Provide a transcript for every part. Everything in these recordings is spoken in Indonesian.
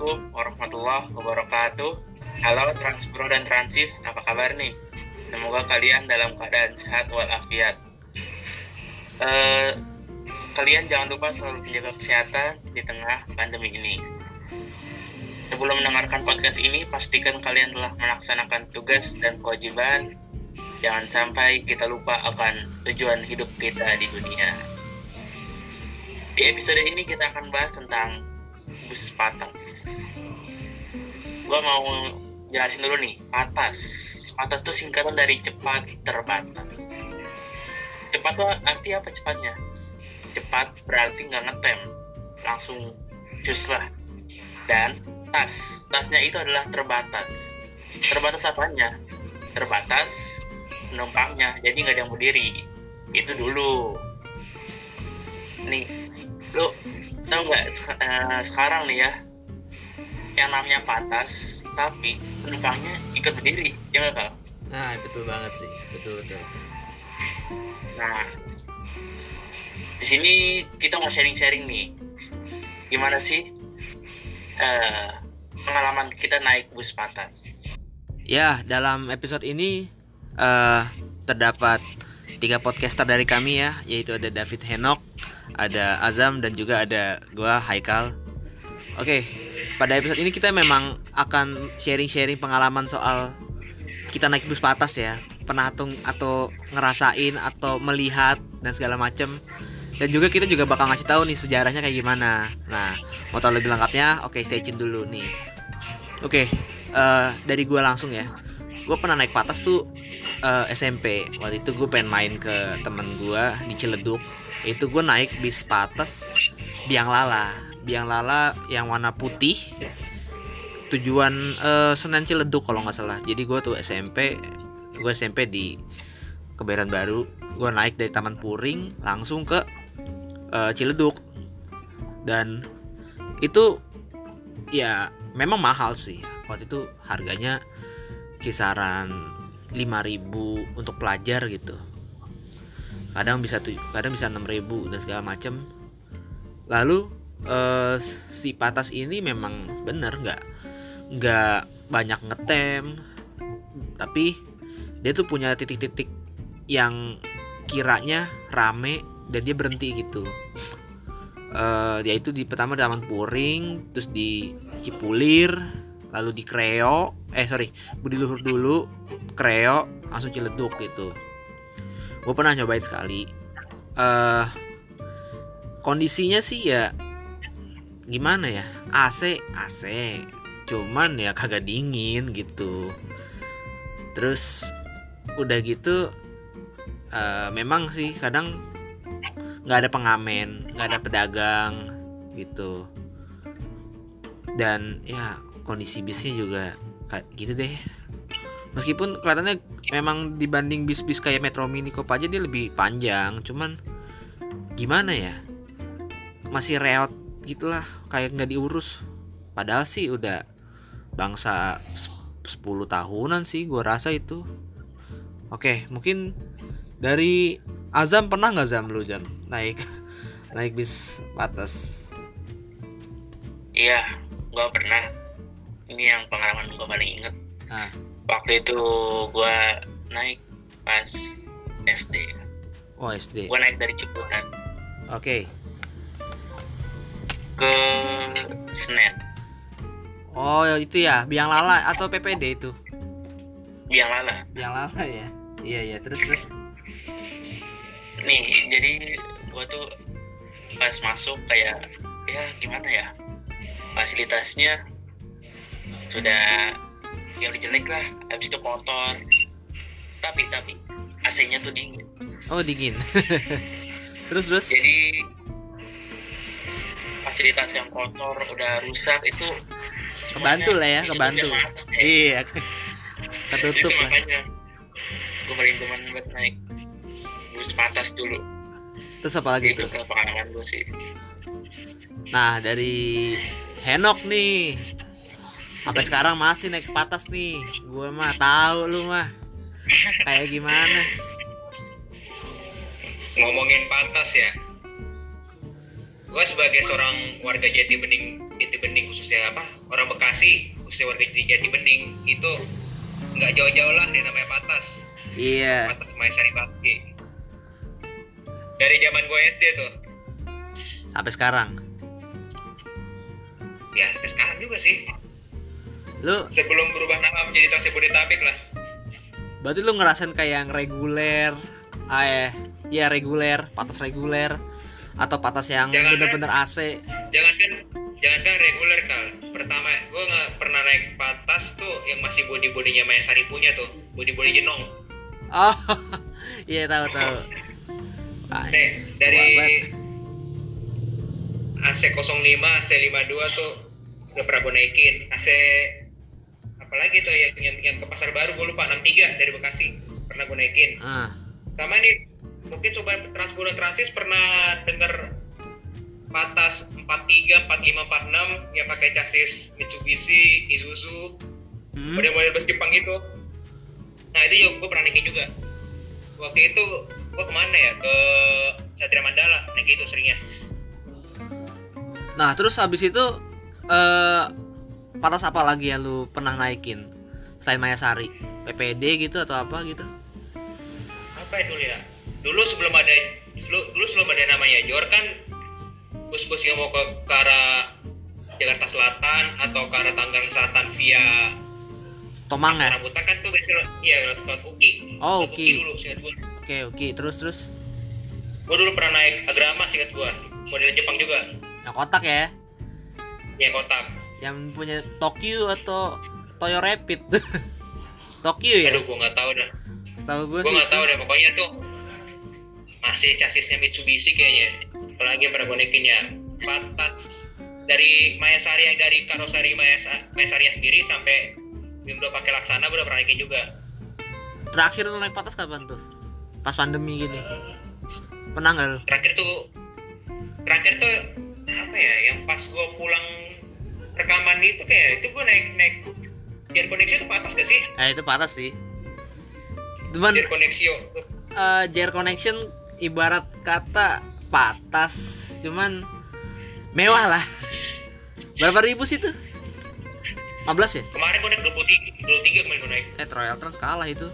Assalamualaikum warahmatullahi wabarakatuh. Halo Transpro dan Transis, apa kabar nih? Semoga kalian dalam keadaan sehat walafiat. Kalian jangan lupa selalu menjaga kesehatan di tengah pandemi ini. Sebelum mendengarkan podcast ini, pastikan kalian telah melaksanakan tugas dan kewajiban. Jangan sampai kita lupa akan tujuan hidup kita di dunia. Di episode ini kita akan bahas tentang bus patas. Gua mau jelasin dulu nih, patas. Patas itu singkatan dari cepat terbatas. Cepat tuh arti apa cepatnya? Cepat berarti nggak ngetem, langsung cus lah. Dan tasnya itu adalah terbatas. Terbatas apanya? Terbatas penumpangnya, jadi nggak ada yang berdiri. Itu dulu. Nih, lu tau nggak sekarang nih ya, yang namanya patas tapi penumpangnya ikut berdiri, ya nggak Kak? Nah, betul banget sih, betul. Nah, di sini kita mau sharing nih, gimana sih pengalaman kita naik bus patas. Ya, dalam episode ini terdapat 3 podcaster dari kami ya, yaitu ada David Henok, ada Azam, dan juga ada gua Haikal. Oke, pada episode ini kita memang akan sharing pengalaman soal kita naik bus patas ya, pernah atau ngerasain atau melihat dan segala macem. Dan juga kita juga bakal ngasih tahu nih sejarahnya kayak gimana. Nah, mau tahu lebih lengkapnya? Oke, stay tune dulu nih. Oke, dari gua langsung ya. Gua pernah naik patas tuh SMP. Waktu itu gue pengen main ke temen gue di Ciledug. Itu gue naik bis patas Biang Lala yang warna putih, tujuan Senen Ciledug kalau nggak salah. Jadi gue tuh SMP di Kebayoran Baru. Gue naik dari Taman Puring langsung ke Ciledug. Dan itu ya memang mahal sih. Waktu itu harganya kisaran 5.000 untuk pelajar gitu. Kadang bisa 6.000 dan segala macem. Lalu si patas ini memang bener nggak banyak ngetem, tapi dia tuh punya titik-titik yang kiranya rame dan dia berhenti gitu. Yaitu pertama di Taman Puring, terus di Cipulir, lalu di Budi Luhur dulu, Kreo, langsung Ciledug gitu. Gue pernah nyobain sekali. Kondisinya sih ya gimana ya, AC, cuman ya kagak dingin gitu. Terus udah gitu memang sih kadang nggak ada pengamen, nggak ada pedagang gitu. Dan ya kondisi bisnya juga kayak gitu deh. Meskipun kelihatannya memang dibanding bis-bis kayak Metro Mini Kopaja dia lebih panjang, cuman gimana ya, masih reot gitulah, kayak nggak diurus. Padahal sih udah bangsa 10 tahunan sih gue rasa itu. Oke, mungkin dari Azam, pernah nggak Zam lu Zam naik bis patas? Iya, gue pernah. Ini yang pengalaman gue paling inget. Waktu itu gue naik pas SD. Oh, SD. Gue naik dari Ciputat. Oke. Ke Senen. Oh, itu ya, Biang Lala atau PPD itu? Biang Lala ya. Iya, terus. Nih, jadi gue tuh pas masuk kayak ya gimana ya, fasilitasnya sudah ya udah jelek lah, habis itu kotor. Tapi AC-nya tuh dingin. Oh, dingin. terus. Jadi fasilitas yang kotor udah rusak itu kebantu lah ya, kebantu. Iya. Ketutup lah. Makanya gue paling demen buat naik bus patas dulu. Terus apa lagi itu? Itu pengalaman gue sih. Nah, dari Henok nih, sampai sekarang masih naik patas nih. Gue mah tahu lu mah kayak gimana. Ngomongin patas ya, gue sebagai seorang warga Jati Bening khususnya orang Bekasi, khususnya warga Jati Bening itu nggak jauh-jauh lah dia namanya Patas. Iya. Patas Maesari Bakti. Dari zaman gue SD tuh. Sampai sekarang. Ya, sampai sekarang juga sih. Lu Sebelum berubah nama menjadi Trans Jabodetabek lah. berarti lu ngerasain kayak yang reguler, ya reguler, patas reguler atau patas yang bener-bener AC. Jangankan reguler Kal. Pertama gue nggak pernah naik Patas tuh yang masih bodinya Maesari punya tuh, body jenong. Oh, iya tahu. Nih, dari AC05, AC52 tuh udah pernah gue naikin. AC apalagi tuh yang ke Pasar Baru gue lupa 63 dari Bekasi pernah gue naikin. Sama nih mungkin sobat Transburan Transis pernah denger Patas 43, 45, 46 yang pakai chassis Mitsubishi, Isuzu, model-model bus Jepang gitu. Nah itu juga gue pernah naikin juga. Waktu itu gue kemana ya, ke Satria Mandala naik itu seringnya. Nah terus habis itu patas apa lagi yang lu pernah naikin selain Mayasari? PPD gitu atau apa gitu? Apa ya dulu ya? Dulu sebelum ada namanya Jor kan, bus-bus yang mau ke arah Jakarta Selatan atau ke arah Tangerang Selatan via Tomang ya? Rambutan kan tuh biasanya lewat UKI. Oh UKI. Dulu seingat gue. Oke, terus. Gue dulu pernah naik Agrama seingat gue, model Jepang juga. Yang kotak ya? Yang kotak. Yang punya Tokyo atau Toyo Rapid? Tokyo ya? Aduh gue nggak tahu dah. Setahu gue Gue nggak tahu deh, pokoknya tuh masih chassisnya Mitsubishi kayaknya. Apalagi yang pernah gue naikin ya Patas dari Mayasari, yang dari karoseri Mayasari sendiri sampai yang udah pakai Laksana gue udah pernah naikin juga. Terakhir lu naik patas kapan tuh? Pas pandemi gini. Pernah nggak lu? Terakhir tuh apa ya? Yang pas gue pulang rekaman itu kayak itu gue naik Jar Koneksio itu Patas gak sih? Itu patas sih. Cuman Jar Koneksio. Jar Connection ibarat kata patas, cuman mewah lah. Berapa ribu sih tuh? 15 ya? Kemarin gue naik 23 kemarin gue naik. Royal Trans kalah itu.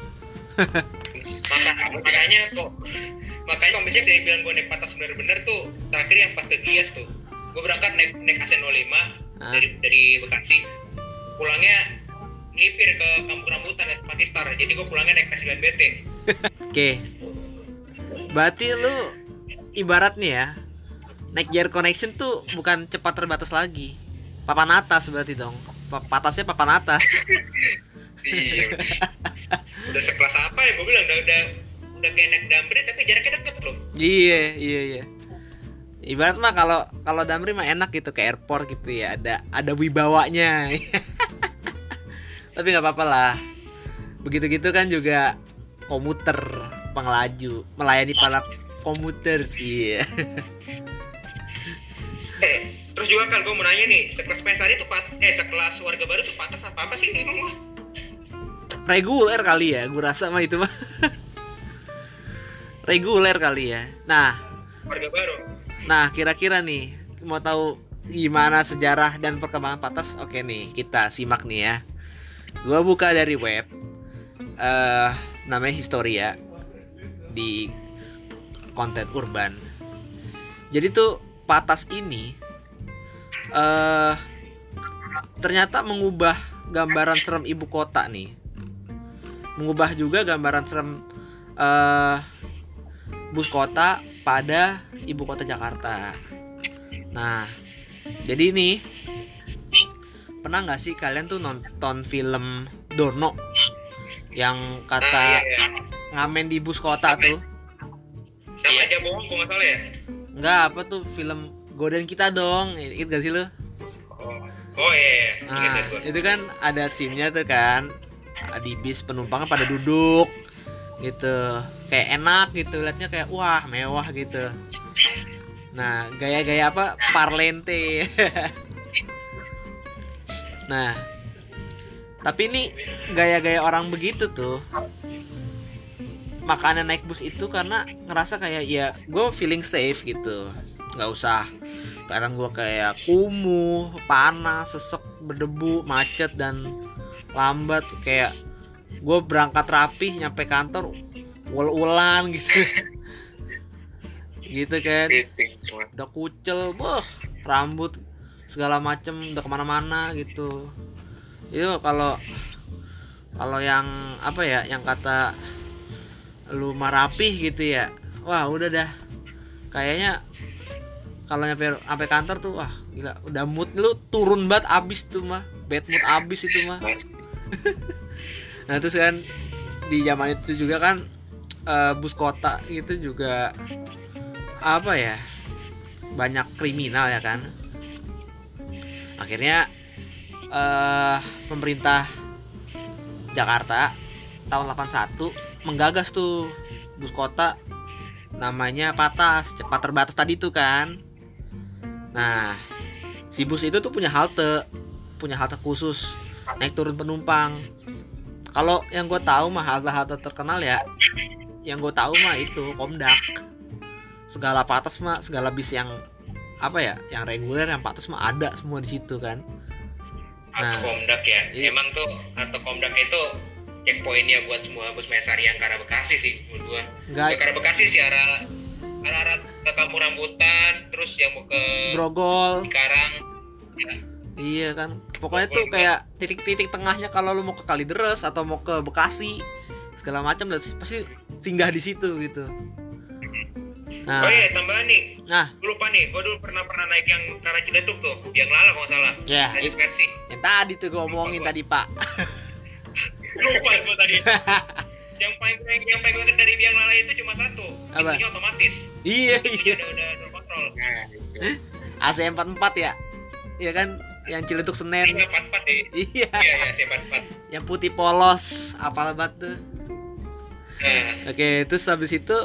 Makanya kalau misalnya saya bilang gue naik Patas bener-bener tuh terakhir yang pas ke Gias tuh. Gue berangkat naik AC05 dari Bekasi. Pulangnya ngelipir ke Kampung Rambutan dan Patistar. Jadi gue pulangnya naik S9BT. Oke. Berarti lu ibarat nih ya, naik Jar Connection tuh bukan cepat terbatas lagi. Papan atas berarti dong. Patasnya papan atas. Iya. Udah sekelas apa ya? Gue bilang udah kayak naik Damri tapi jaraknya deket loh. Iya. Ibarat mah kalau Damri mah enak gitu ke airport gitu ya, ada wibawanya. Tapi nggak apa-apa lah. Begitu-gitu kan juga komuter pengelaju melayani para komuter sih. Terus juga kan gue mau nanya nih, sekelas Mayasari tuh sekelas Warga Baru tuh Patas apa sih emang lo? Reguler kali ya, gue rasa mah itu mah. Reguler kali ya. Nah, Warga Baru. Nah, kira-kira nih mau tahu gimana sejarah dan perkembangan Patas? Oke nih, kita simak nih ya. Gua buka dari web namanya Historia di konten urban. Jadi tuh Patas ini ternyata mengubah gambaran serem ibu kota nih. Mengubah juga gambaran serem bus kota pada ibu kota Jakarta. Nah, jadi nih, pernah nggak sih kalian tuh nonton film Dono yang kata ngamen di bus kota tuh? Sama aja bohong, gue nggak salah ya? Nggak, apa tuh film Godain Kita Dong? Ingat gak sih lu? Oh iya. Nah, itu kan ada scene-nya tuh kan, di bis penumpangnya pada duduk gitu, kayak enak gitu, liatnya kayak wah mewah gitu. Nah, gaya-gaya apa parlente. Nah, tapi ini gaya-gaya orang begitu tuh, makanya naik bus itu karena ngerasa kayak ya gue feeling safe gitu, nggak usah Kadang gue kayak kumuh, panas, sesek, berdebu, macet dan lambat. Kayak gue berangkat rapih nyampe kantor ul-ulan gitu. Gitu kan, udah kucel, rambut segala macem udah kemana-mana gitu. Itu kalau yang apa ya, yang kata lu marapih gitu ya, wah udah dah, kayaknya kalau nyampe sampai kantor tuh wah gila, udah mood lu turun banget, abis tuh mah, bad mood abis itu mah. Nah terus kan di zaman itu juga kan bus kota itu juga apa ya, banyak kriminal ya kan. Akhirnya pemerintah Jakarta tahun 81 menggagas tuh bus kota namanya Patas, cepat terbatas tadi tuh kan. Nah si bus itu tuh punya halte khusus naik turun penumpang. Kalau yang gue tahu mah halte terkenal ya, yang gue tahu mah itu Komdak. Segala Patas mah, segala bis yang apa ya, yang reguler, yang Patas mah ada semua di situ kan. Nah, Komdak ya. Emang tuh atau Komdak itu checkpointnya buat semua bus Mesari yang ke arah Bekasi sih menurut gua. Ke arah Bekasi sih, arah ke Kampung Rambutan, terus yang mau ke Grogol, Cikarang. Ya. Iya kan. Pokoknya tuh kayak titik-titik tengahnya kalau lu mau ke Kalideres atau mau ke Bekasi segala macam pasti singgah di situ gitu. Nah, oh iya, tambahan nih. Nah, gue lupa nih, gue dulu pernah naik yang ke arah Ciledug tuh, yang Lala kalau nggak salah. Ya, dispersi. Yang tadi tuh gue omongin tadi, Pak. Lupa gue tadi. yang paling banget dari biang Lala itu cuma satu, pintunya otomatis. Iya. Udah terkontrol. AC 44 ya? Iya kan, yang Ciledug Senen. Iya, 44 deh. Iya, AC 44. Yang putih polos, apal banget tuh. Oke, terus habis itu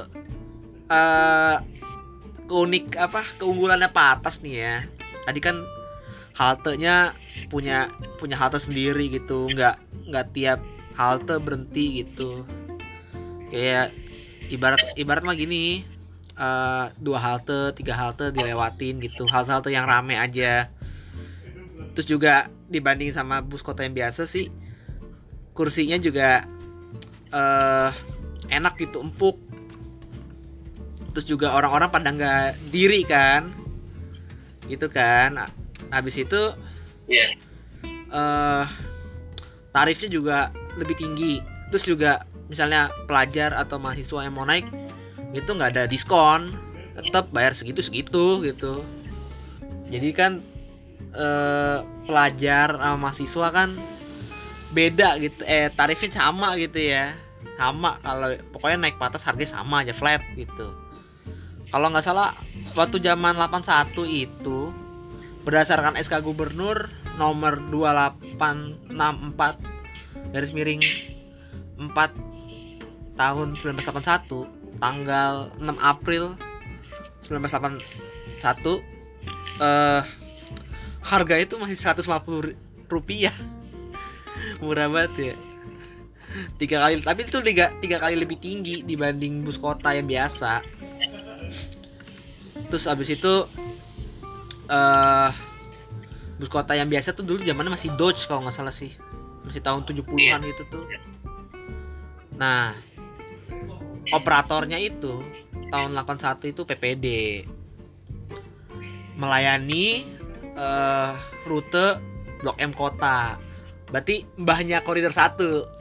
keunggulannya Patas nih ya. Tadi kan haltenya punya halte sendiri gitu, nggak tiap halte berhenti gitu. Kayak ibarat mah gini, 2 halte, 3 halte dilewatin gitu, halte-halte yang rame aja. Terus juga dibandingin sama bus kota yang biasa sih, kursinya juga enak gitu, empuk. Terus juga orang-orang pada nggak diri kan, gitu kan. Habis itu tarifnya juga lebih tinggi. Terus juga misalnya pelajar atau mahasiswa yang mau naik itu nggak ada diskon, tetap bayar segitu gitu. Jadi kan pelajar sama mahasiswa kan beda gitu, tarifnya sama gitu ya, sama. Kalau pokoknya naik Patas harganya sama aja, flat gitu. Kalau nggak salah waktu zaman 81 itu berdasarkan SK Gubernur nomor 2864/4 tahun 1981 tanggal 6 April 1981, harga itu masih Rp150. Murah banget ya. 3 kali, tapi itu 3 kali lebih tinggi dibanding bus kota yang biasa. Terus abis itu bus kota yang biasa tuh dulu zamannya masih Dodge kalau nggak salah sih, masih tahun 70-an gitu tuh. Nah, operatornya itu tahun 81 itu PPD, melayani rute Blok M Kota. Berarti mbahnya koridor 1.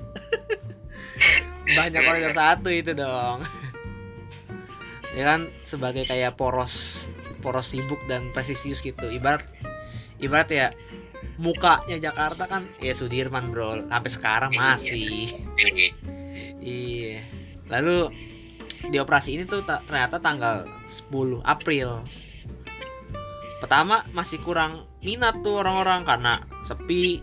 Mbahnya koridor 1 itu dong. Ya kan, sebagai kayak poros sibuk dan presisius gitu. Ibarat ya, mukanya Jakarta kan ya Sudirman, bro. Sampai sekarang masih. Iya. Lalu di operasi ini tuh ternyata tanggal 10 April. Pertama masih kurang minat tuh orang-orang karena sepi.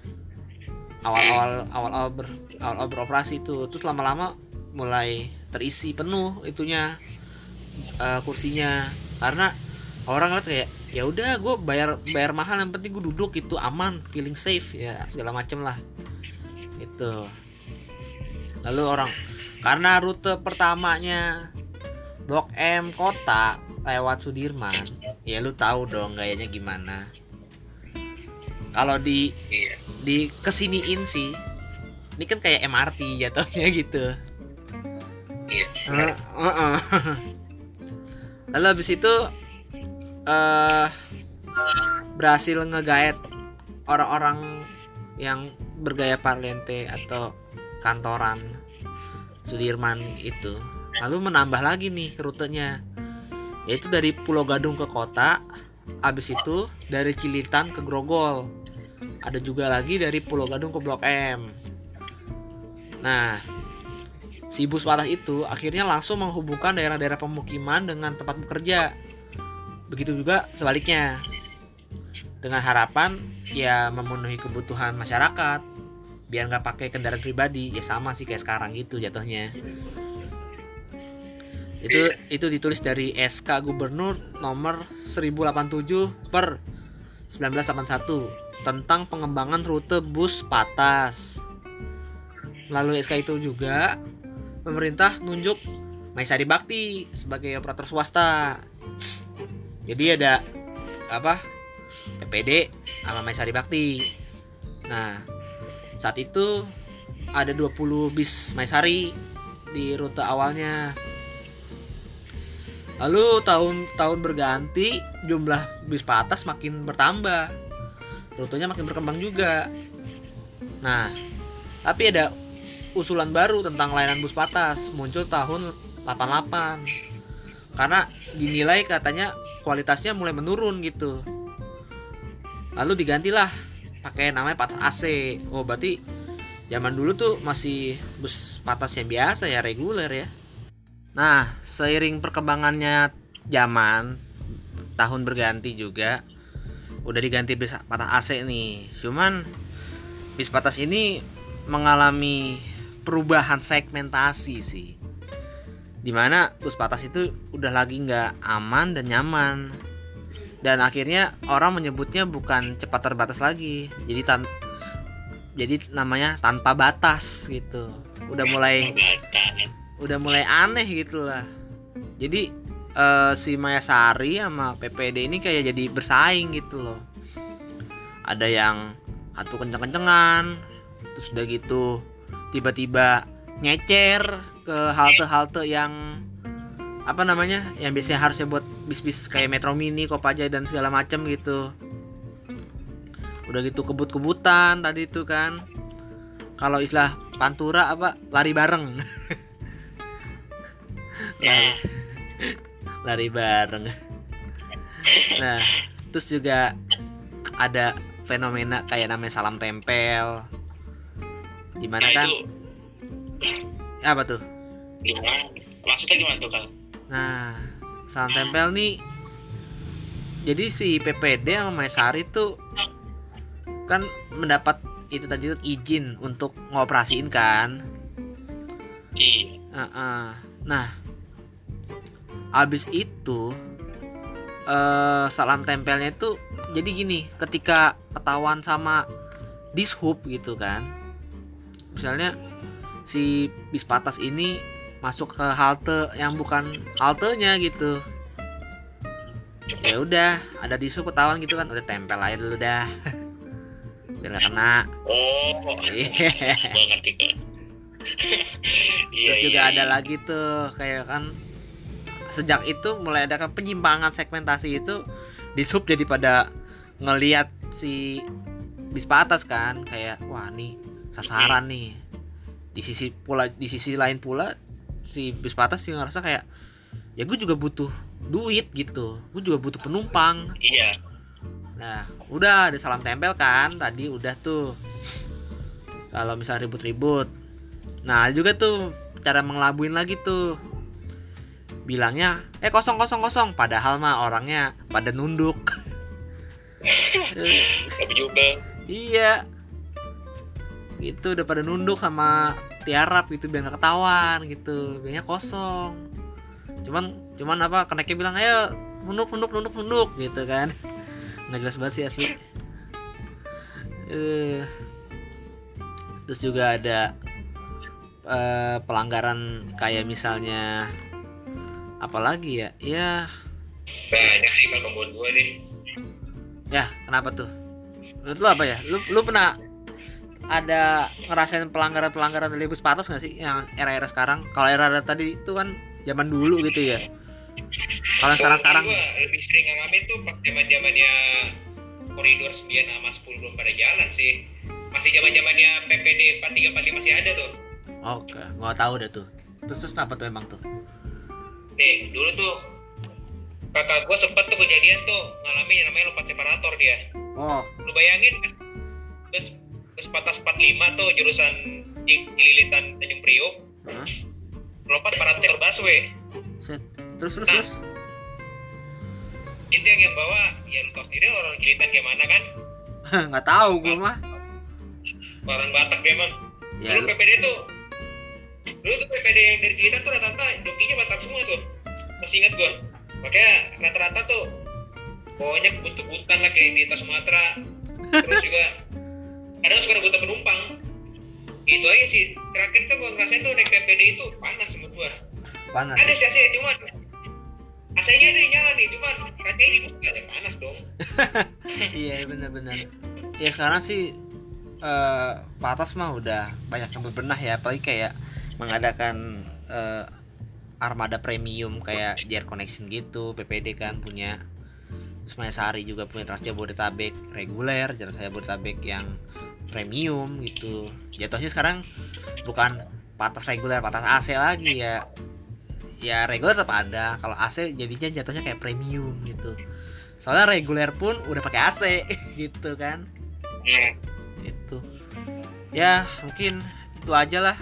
Awal beroperasi tuh. Terus lama-lama mulai terisi penuh itunya, kursinya, karena orang ngeliat kayak ya udah gue bayar mahal, yang penting gue duduk gitu, aman, feeling safe ya, segala macem lah gitu. Lalu karena rute pertamanya Blok M Kota lewat Sudirman, ya lu tahu dong gayanya gimana. Kalau di kesiniin sih, ini kan kayak MRT jatuhnya gitu. Iya. Lalu habis itu berhasil ngegaet orang-orang yang bergaya parlente atau kantoran Sudirman itu. Lalu menambah lagi nih rutenya, yaitu dari Pulau Gadung ke kota. Habis itu dari Cililitan ke Grogol. Ada juga lagi dari Pulau Gadung ke Blok M. Nah, si bus patas itu akhirnya langsung menghubungkan daerah-daerah pemukiman dengan tempat bekerja. Begitu juga sebaliknya, dengan harapan ya memenuhi kebutuhan masyarakat, biar nggak pakai kendaraan pribadi. Ya sama sih kayak sekarang gitu jatuhnya. Itu ditulis dari SK Gubernur nomor 1087 per 1981 tentang pengembangan rute bus patas. Melalui SK itu juga pemerintah nunjuk Maesari Bakti sebagai operator swasta. Jadi ada PPD sama Maesari Bakti. Nah, saat itu ada 20 bis Maesari di rute awalnya. Lalu tahun berganti, jumlah bis patas makin bertambah, rutenya makin berkembang juga. Nah, tapi ada usulan baru tentang layanan bus patas muncul tahun 88 karena dinilai katanya kualitasnya mulai menurun gitu. Lalu digantilah pakai namanya patas AC. Oh, berarti zaman dulu tuh masih bus patas yang biasa ya, reguler ya. Nah, seiring perkembangannya zaman, tahun berganti juga udah diganti bis patas AC nih. Cuman bis patas ini mengalami perubahan segmentasi sih, dimana bus patas itu udah lagi nggak aman dan nyaman, dan akhirnya orang menyebutnya bukan cepat terbatas lagi, jadi namanya tanpa batas gitu. Udah mulai aneh gitu lah. Jadi si Mayasari sama PPD ini kayak jadi bersaing gitu loh. Ada yang satu kenceng-kencengan, terus udah gitu tiba-tiba nyecer ke halte-halte yang yang biasanya harusnya buat bis-bis kayak Metro Mini, Kopaja dan segala macam gitu. Udah gitu kebut-kebutan tadi itu kan. Kalau istilah Pantura lari bareng. lari bareng. Nah, terus juga ada fenomena kayak namanya salam tempel, dimana kan itu, apa tuh? Gimana? Maksudnya gimana tuh, Kal? Nah, salam tempel nih, jadi si PPD sama Maesari tuh kan mendapat itu tadi tuh izin untuk ngoperasiin kan. Iya. Nah, abis itu salam tempelnya itu jadi gini, ketika ketahuan sama Dishub gitu kan, misalnya si bis patas ini masuk ke halte yang bukan haltenya gitu, ya udah ada Dishub ketahuan gitu kan, udah tempel aja dulu dah biar nggak kena. Gua ngerti kan. Terus juga ada lagi tuh kayak kan, sejak itu mulai ada kan penyimpangan segmentasi itu, Dishub jadi pada ngelihat si bis patas kan kayak wah nih sasaran nih. Di sisi lain pula si bis patas sih ngerasa kayak ya gue juga butuh duit gitu, gue juga butuh penumpang. Iya. Nah, udah ada salam tempel kan tadi udah tuh. Kalau misal ribut-ribut, nah juga tuh cara mengelabuin lagi tuh, bilangnya kosong, padahal mah orangnya pada nunduk. Tapi juga iya gitu, udah pada nunduk sama tiarap gitu biar nggak ketahuan gitu, biarnya kosong. Cuman keneknya bilang ayo nunduk gitu kan. Nggak jelas banget sih asli. Terus juga ada pelanggaran kayak misalnya apalagi ya Banyak sih kalau buat gue nih. Ya, kenapa tuh? Menurut lu apa ya? Lu pernah ada ngerasain pelanggaran dari bus patas nggak sih yang era-era sekarang? Kalau era-era tadi itu kan zaman dulu gitu ya. Kalau sekarang gue lebih sering ngalamin tuh pas zamannya koridor 9 sama 10 belum pada jalan sih. Masih zamannya PPD 4345 masih ada tuh. Oke, nggak tahu deh tuh. Terus apa tuh emang tuh? Nih, dulu tuh kakak gue sempet tuh kejadian tuh ngalamin yang namanya lompat separator dia. Oh, Lu bayangin bus patas 45 tuh jurusan Cililitan Tanjung Priok. hah? Lompat separator busway. Set. Terus. Itu yang bawa ya lu tau sendiri orang Cililitan kayak mana kan? Nggak tahu gue mah. Orang Batak memang. Ya, Dulu PPD tuh PPD yang dari Cililitan tuh rata-rata jokinya Batak semua tuh. Masih ingat gua. Makanya rata-rata tuh pokoknya kebut-kebutan lah kayak di atas Sumatera. Terus juga kadang suka rebutan penumpang. Itu aja sih. Terakhir tuh gua ngerasain tuh naik PPD itu panas menurut gua. panas. Ada sih AC cuman AC-nya ada yang nyala nih, cuman kacanya dibuka ya panas dong. Iya, benar-benar. Ya sekarang sih patas mah udah banyak yang berbenah ya, apalagi kayak mengadakan armada premium kayak JR Connection gitu, PPD kan punya. Terus Mayasari juga punya Trans Jabodetabek reguler, Trans Jabodetabek yang premium gitu. Jatuhnya sekarang bukan patas reguler, patas AC lagi ya. Ya reguler tetap ada, kalau AC jadinya jatuhnya kayak premium gitu. Soalnya reguler pun udah pakai AC gitu kan. Itu. Ya, mungkin itu aja lah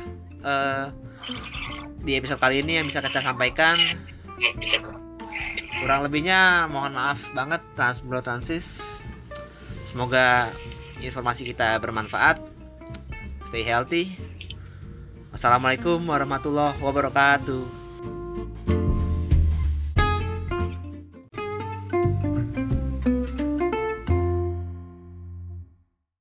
di episode kali ini yang bisa kita sampaikan. Kurang lebihnya mohon maaf banget Bro Transis. Semoga informasi kita bermanfaat. Stay healthy. Wassalamualaikum warahmatullahi wabarakatuh.